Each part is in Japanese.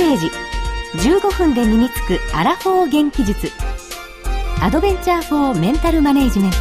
ージ、15分で身につくアラフォー元気術、アドベンチャーフォーメンタルマネージメント。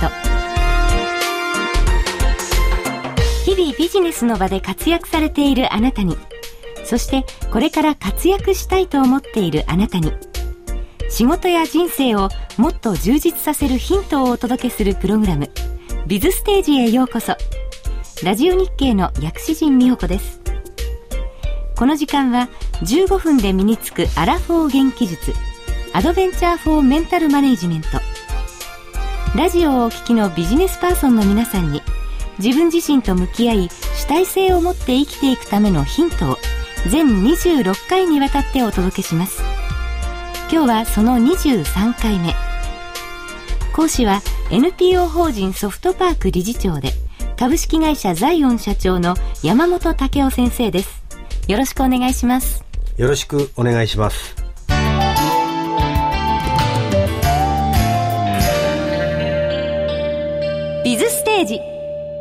日々ビジネスの場で活躍されているあなたに、そしてこれから活躍したいと思っているあなたに、仕事や人生をもっと充実させるヒントをお届けするプログラム、ビズステージへようこそ。ラジオ日経の薬師陣美穂子です。この時間は15分で身につくアラフォー元気術、アドベンチャーフォーメンタルマネージメント。ラジオをお聞きのビジネスパーソンの皆さんに、自分自身と向き合い主体性を持って生きていくためのヒントを全26回にわたってお届けします。今日はその23回目。講師は NPO 法人ソフトパーク理事長で株式会社ザイオン社長の山本武夫先生です。よろしくお願いします。 よろしくお願いします。 ビズステージ。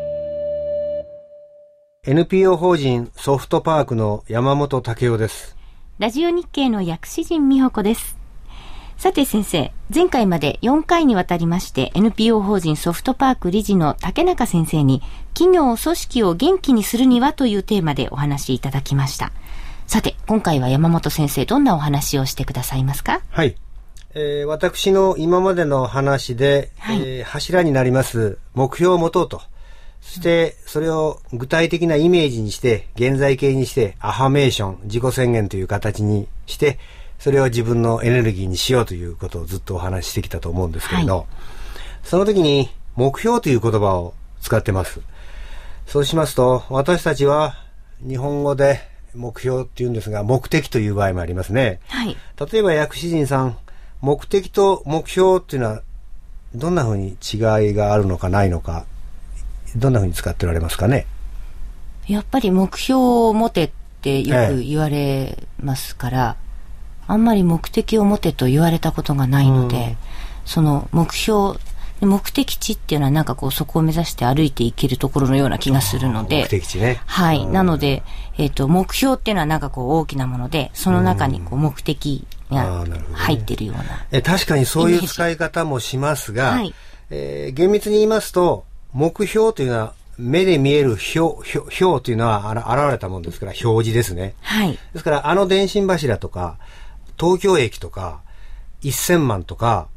NPO 法人ソフトパークの山本武夫です。 ラジオ日経の薬師陣美穂子です。さて先生、前回まで4回にわたりまして NPO 法人ソフトパーク理事の竹中先生に、企業組織を元気にするにはというテーマでお話しいただきました。さて今回は山本先生、どんなお話をしてくださいますか？ はい、私の今までの話で、はい、柱になります目標を持とうと、そしてそれを具体的なイメージにして現在形にしてアファメーション、自己宣言という形にして、それを自分のエネルギーにしようということをずっとお話ししてきたと思うんですけれど、はい、その時に目標という言葉を使ってます。そうしますと、私たちは日本語で目標っていうんですが、目的という場合もありますね。はい、例えば薬師陣さん、目的と目標っていうのはどんなふうに違いがあるのかないのか、どんなふうに使っておられますかね？ やっぱり目標を持てってよく言われますから、あんまり目的を持てと言われたことがないので、その目標、目的地っていうのはなんかこうそこを目指して歩いていけるところのような気がするので、 目的地ね。 はい。なので、目標っていうのはなんかこう大きなもので、その中にこう目的が入っているような、 確かにそういう使い方もしますが、はい、厳密に言いますと、目標というのは目で見える表というのは現れたものですから表示ですね。はい。ですから電信柱とか東京駅とか1000万とか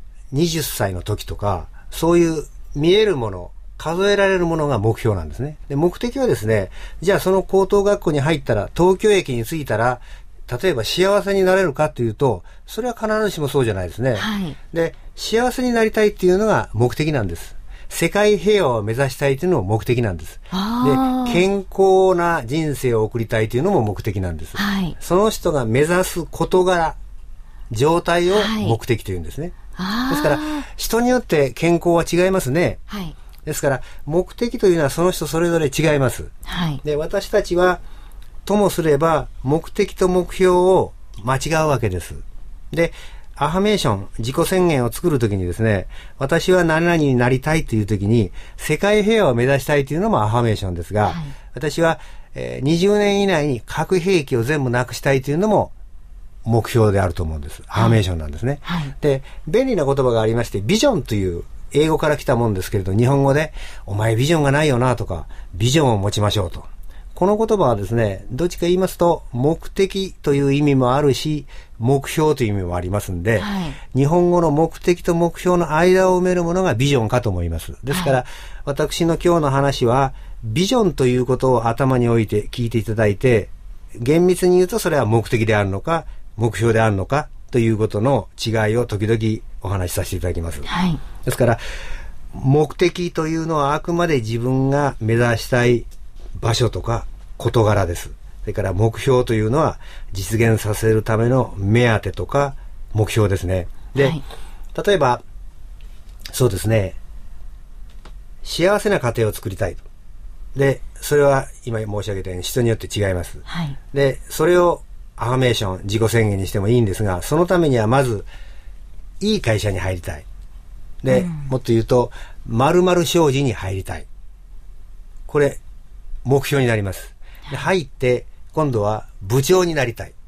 20歳の時とか、そういう見えるもの、数えられるものが目標なんですね。で、目的はですね、じゃあその高等学校に入ったら、東京駅に着いたら、例えば幸せになれるかというと、それは必ずしもそうじゃないですね。はい。で、幸せになりたいっていうのが目的なんです。世界平和を目指したいというのも目的なんです。で、健康な人生を送りたいというのも目的なんです。はい。その人が目指す事柄、状態を目的というんですね。はい、ですから人によって健康は違いますね。はい。ですから目的というのはその人それぞれ違います。はい。で、私たちはともすれば目的と目標を間違うわけです。で、アファメーション、自己宣言を作るときにですね、私は何々になりたいというときに世界平和を目指したいというのもアファメーションですが、はい、私は、20年以内に核兵器を全部なくしたいというのも目標であると思うんです。アファメーションなんですね。はい、で、便利な言葉がありまして、ビジョンという英語から来たもんですけれど、日本語でお前ビジョンがないよなとか、ビジョンを持ちましょうと。この言葉はですね、どっちか言いますと目的という意味もあるし、目標という意味もありますんで、はい、日本語の目的と目標の間を埋めるものがビジョンかと思います。ですから、はい、私の今日の話はビジョンということを頭に置いて聞いていただいて、厳密に言うとそれは目的であるのか目標であるのかということの違いを時々お話しさせていただきます。はい、ですから目的というのはあくまで自分が目指したい場所とか事柄です。それから目標というのは実現させるための目当てとか目標ですね。で、はい、例えばそうですね、幸せな家庭を作りたいと。で、それは今申し上げたように人によって違います。はい、で、それをアファメーション、自己宣言にしてもいいんですが、そのためにはまずいい会社に入りたい。で、もっと言うと〇〇商事に入りたい。これ目標になります。で、入って今度は部長になりたい。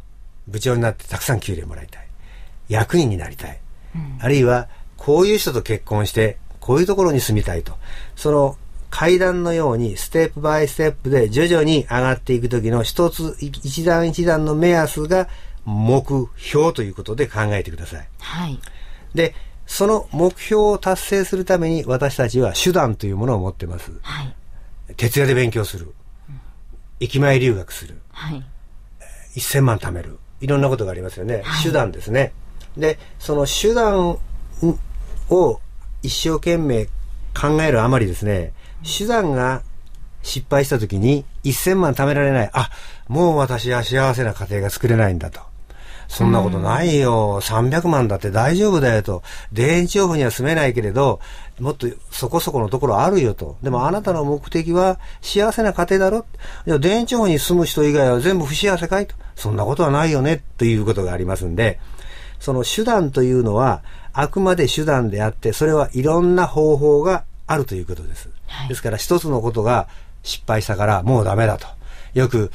部長になってたくさん給料もらいたい。役員になりたい。あるいは、こういう人と結婚して、こういうところに住みたいと。その階段のようにステップバイステップで徐々に上がっていくときの一段一段の目安が目標ということで考えてください。 はい。 で、その目標を達成するために私たちは手段というものを持ってます。 はい。 徹夜で勉強する。駅前留学する。 はい。 1000万貯める。いろんなことがありますよね。 はい、 手段ですね。で、その手段を一生懸命考えるあまりですね、手段が失敗したときに1000万貯められない。あ、もう私は幸せな家庭が作れないんだと。そんなことないよ。300万だって大丈夫だよと。田園調布には住めないけれど、もっとそこそこのところあるよと。でもあなたの目的は幸せな家庭だろ。いや、田園調布に住む人以外は全部不幸せかいと。そんなことはないよねということがありますんで、その手段というのはあくまで手段であって、それはいろんな方法があるということです。はい、ですから一つのことが失敗したからもうダメだと。よく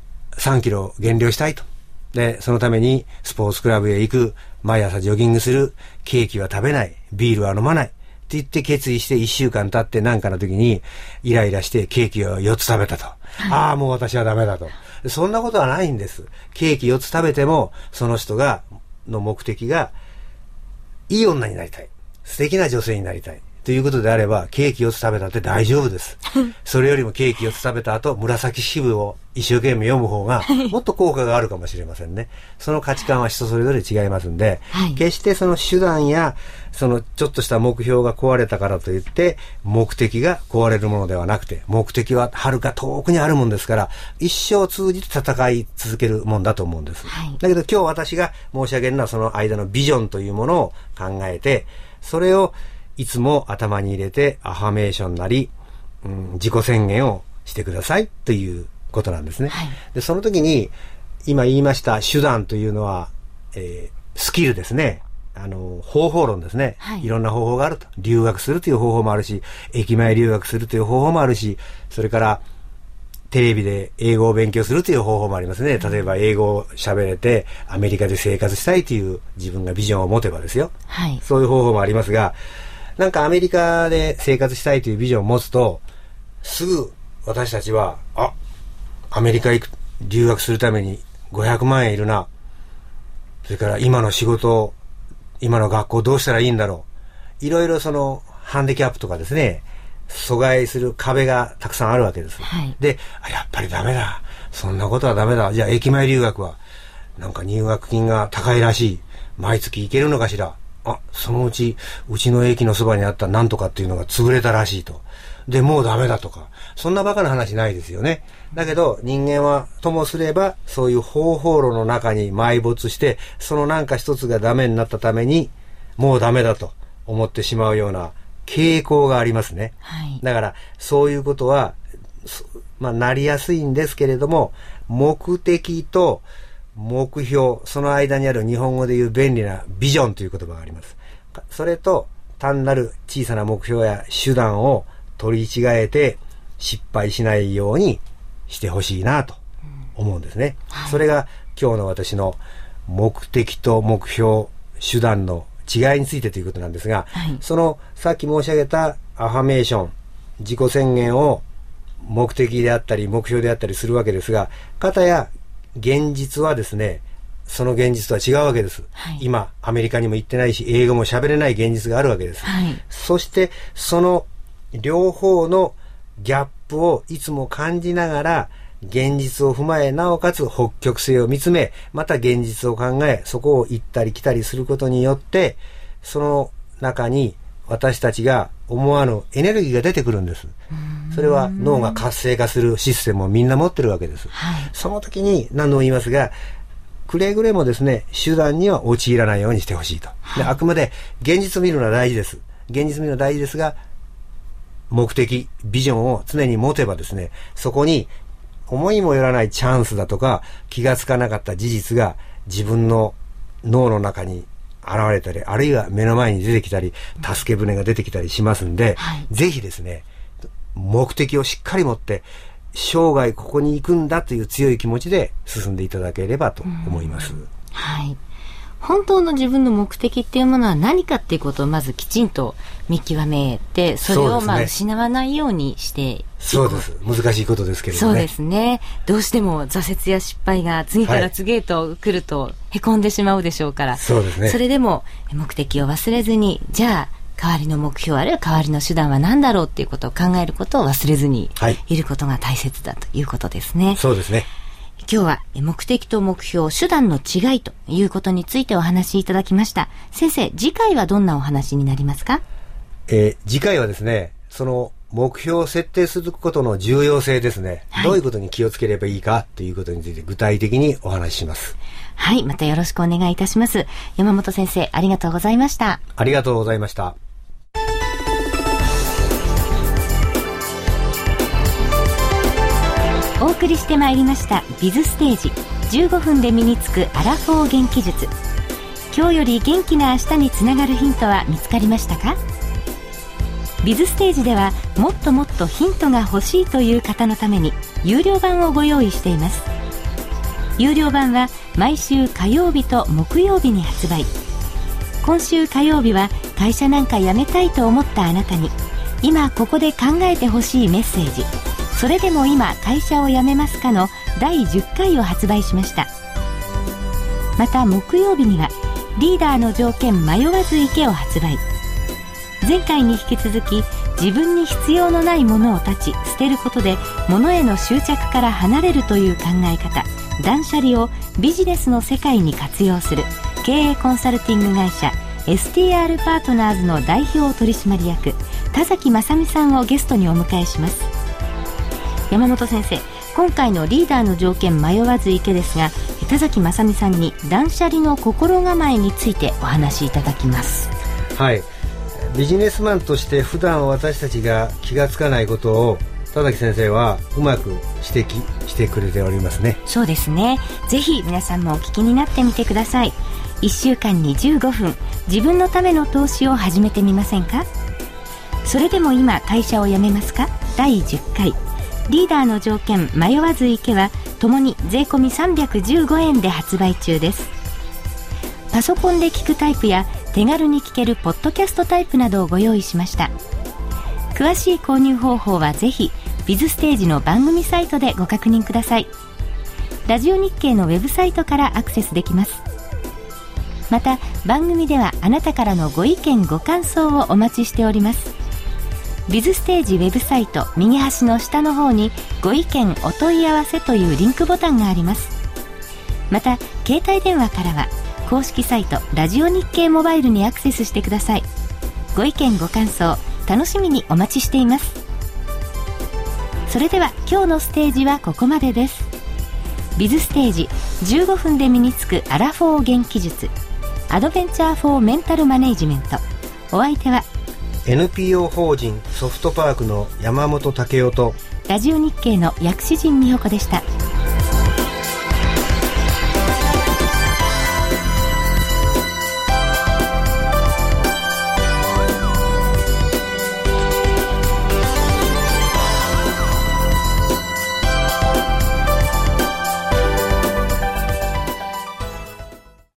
3キロ減量したいと。で、そのためにスポーツクラブへ行く、毎朝ジョギングする、ケーキは食べない、ビールは飲まないって言って決意して1週間経ってなんかの時にイライラしてケーキを4つ食べたと。ああ、もう私はダメだと。そんなことはないんです。ケーキ4つ食べてもその人の目的がいい女になりたい。素敵な女性になりたい。ということであれば、ケーキ4つ食べたって大丈夫です。それよりもケーキ4つ食べた後、紫式部を一生懸命読む方が、もっと効果があるかもしれませんね。その価値観は人それぞれ違いますんで、はい、決してその手段や、そのちょっとした目標が壊れたからといって、目的が壊れるものではなくて、目的は遥か遠くにあるもんですから、一生通じて戦い続けるもんだと思うんです。はい、だけど今日私が申し上げるのはその間のビジョンというものを考えて、それをいつも頭に入れてアファメーションなり、自己宣言をしてくださいということなんですね。はい、で、その時に今言いました手段というのは、スキルですね。方法論ですね。はい、いろんな方法があると。留学するという方法もあるし、駅前留学するという方法もあるし、それからテレビで英語を勉強するという方法もありますね。例えば英語を喋れてアメリカで生活したいという自分がビジョンを持てばですよ。はい、そういう方法もありますが、なんかアメリカで生活したいというビジョンを持つと、すぐ私たちは、アメリカ留学するために500万円いるな。それから今の仕事、今の学校どうしたらいいんだろう。いろいろそのハンディキャップとかですね、阻害する壁がたくさんあるわけです。はい、で、やっぱりダメだ。そんなことはダメだ。じゃあ駅前留学は、なんか入学金が高いらしい。毎月行けるのかしら。そのうちの駅のそばにあったなんとかっていうのが潰れたらしいと。で、もうダメだとか。そんなバカな話ないですよね。だけど、人間はともすれば、そういう方法論の中に埋没して、そのなんか一つがダメになったために、もうダメだと思ってしまうような傾向がありますね。はい、だから、そういうことは、なりやすいんですけれども、目的と目標、その間にある日本語でいう便利なビジョンという言葉があります。それと単なる小さな目標や手段を取り違えて失敗しないようにしてほしいなと思うんですね。はい、それが今日の私の目的と目標、手段の違いについてということなんですが、はい、そのさっき申し上げたアファメーション、自己宣言を目的であったり目標であったりするわけですが、片や現実はですね、その現実とは違うわけです。はい、今、アメリカにも行ってないし、英語も喋れない現実があるわけです。はい、そして、その両方のギャップをいつも感じながら、現実を踏まえ、なおかつ北極星を見つめ、また現実を考え、そこを行ったり来たりすることによって、その中に私たちが思わぬエネルギーが出てくるんです。それは脳が活性化するシステムをみんな持ってるわけです。はい、その時に何度も言いますが、くれぐれもですね、手段には陥らないようにしてほしいと。で、あくまで現実を見るのは大事です。現実を見るのは大事ですが、目的、ビジョンを常に持てばですね、そこに思いもよらないチャンスだとか、気がつかなかった事実が自分の脳の中に現れたり、あるいは目の前に出てきたり、助け舟が出てきたりしますんで、はい、ぜひですね、目的をしっかり持って、 生涯ここに行くんだという強い気持ちで進んでいただければと思います。 はい。本当の自分の目的っていうものは何かっていうことをまずきちんと見極めて、それを失わないようにしていく。 そうです。難しいことですけれどね。そうですね。どうしても挫折や失敗が次から次へと来ると凹んでしまうでしょうから、 そうですね。 それでも目的を忘れずに、じゃあ代わりの目標あるいは代わりの手段は何だろうっていうことを考えることを忘れずにいることが大切だということですね。 そうですね。 今日は目的と目標、手段の違いということについてお話しいただきました。先生、次回はどんなお話になりますか？ 次回はですね、その目標を設定することの重要性ですね、はい、どういうことに気をつければいいかということについて具体的にお話しします。 はい、またよろしくお願いいたします。山本先生、ありがとうございました。 ありがとうございました。 お送りしてまいりましたビズステージ、15分で身につくアラフォー元気術。今日より元気な明日につながるヒントは見つかりましたか？ビズステージではもっともっとヒントが欲しいという方のために有料版をご用意しています。有料版は毎週火曜日と木曜日に発売。今週火曜日は会社なんか辞めたいと思ったあなたに今ここで考えてほしいメッセージ、それでも今会社を辞めますかの第10回を発売しました。また木曜日にはリーダーの条件迷わず行けを発売。前回に引き続き自分に必要のないものを断ち捨てることで物への執着から離れるという考え方、断捨離をビジネスの世界に活用する経営コンサルティング会社 STR パートナーズの代表取締役田崎正美さんをゲストにお迎えします。山本先生、今回のリーダーの条件迷わず行けですが、田崎正美さんに断捨離の心構えについてお話しいただきます。 はい、ビジネスマンとして普段私たちが気がつかないことを田崎先生はうまく指摘してくれておりますね。 そうですね。ぜひ皆さんもお聞きになってみてください。1週間に15分自分のための投資を始めてみませんか？それでも今会社を辞めますか？第10回リーダーの条件迷わず行けはともに税込み315円で発売中です。パソコンで聞くタイプや手軽に聞けるポッドキャストタイプなどをご用意しました。詳しい購入方法はぜひビズステージの番組サイトでご確認ください。ラジオ日経のウェブサイトからアクセスできます。また番組ではあなたからのご意見ご感想をお待ちしております。ビズステージウェブサイト右端の下の方にご意見お問い合わせというリンクボタンがあります。また携帯電話からは公式サイトラジオ日経モバイルにアクセスしてください。ご意見ご感想楽しみにお待ちしています。それでは今日のステージはここまでです。ビズステージ15分で身につくアラフォー元気術、アドベンチャーフォーメンタルマネージメント。お相手は NPO 法人ソフトパークの山本武雄とラジオ日経の薬師陣美穂子でした。